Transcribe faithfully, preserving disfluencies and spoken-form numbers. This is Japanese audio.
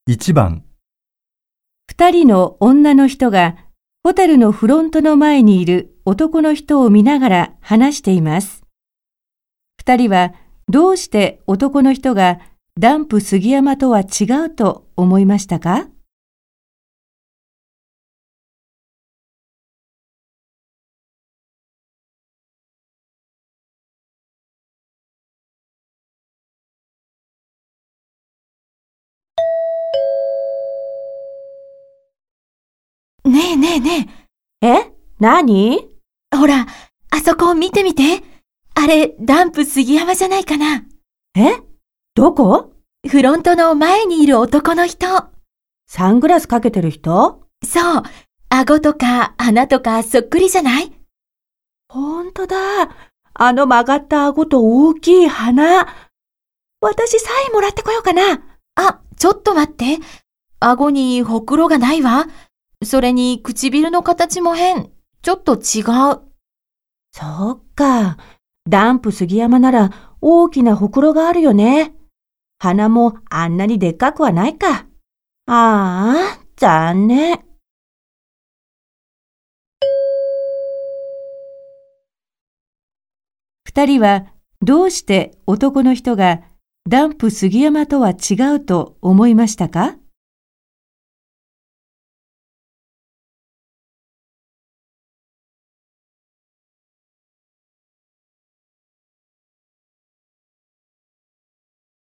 いちばん、 二人の女の人がホテルのフロントの前にいる男の人を見ながら話しています。二人はどうして男の人がダンプ杉山とは違うと思いましたか？ ねえねえねえ？何？ え。ほら、あそこを見てみて。あれ、ダンプ杉山じゃないかな。 え？どこ？ フロントの前にいる男の人。 サングラスかけてる人？ そう。顎とか鼻とかそっくりじゃない？ ほんとだ。あの曲がった顎と大きい鼻。私サインもらってこようかな。 あ、ちょっと待って。顎にほくろがないわ。それに唇の形も変。ちょっと違う。 そっか。ダンプ杉山なら大きなほくろがあるよね。鼻もあんなにでっかくはないか。ああ、残念。二人はどうして男の人がダンプ杉山とは違うと思いましたか？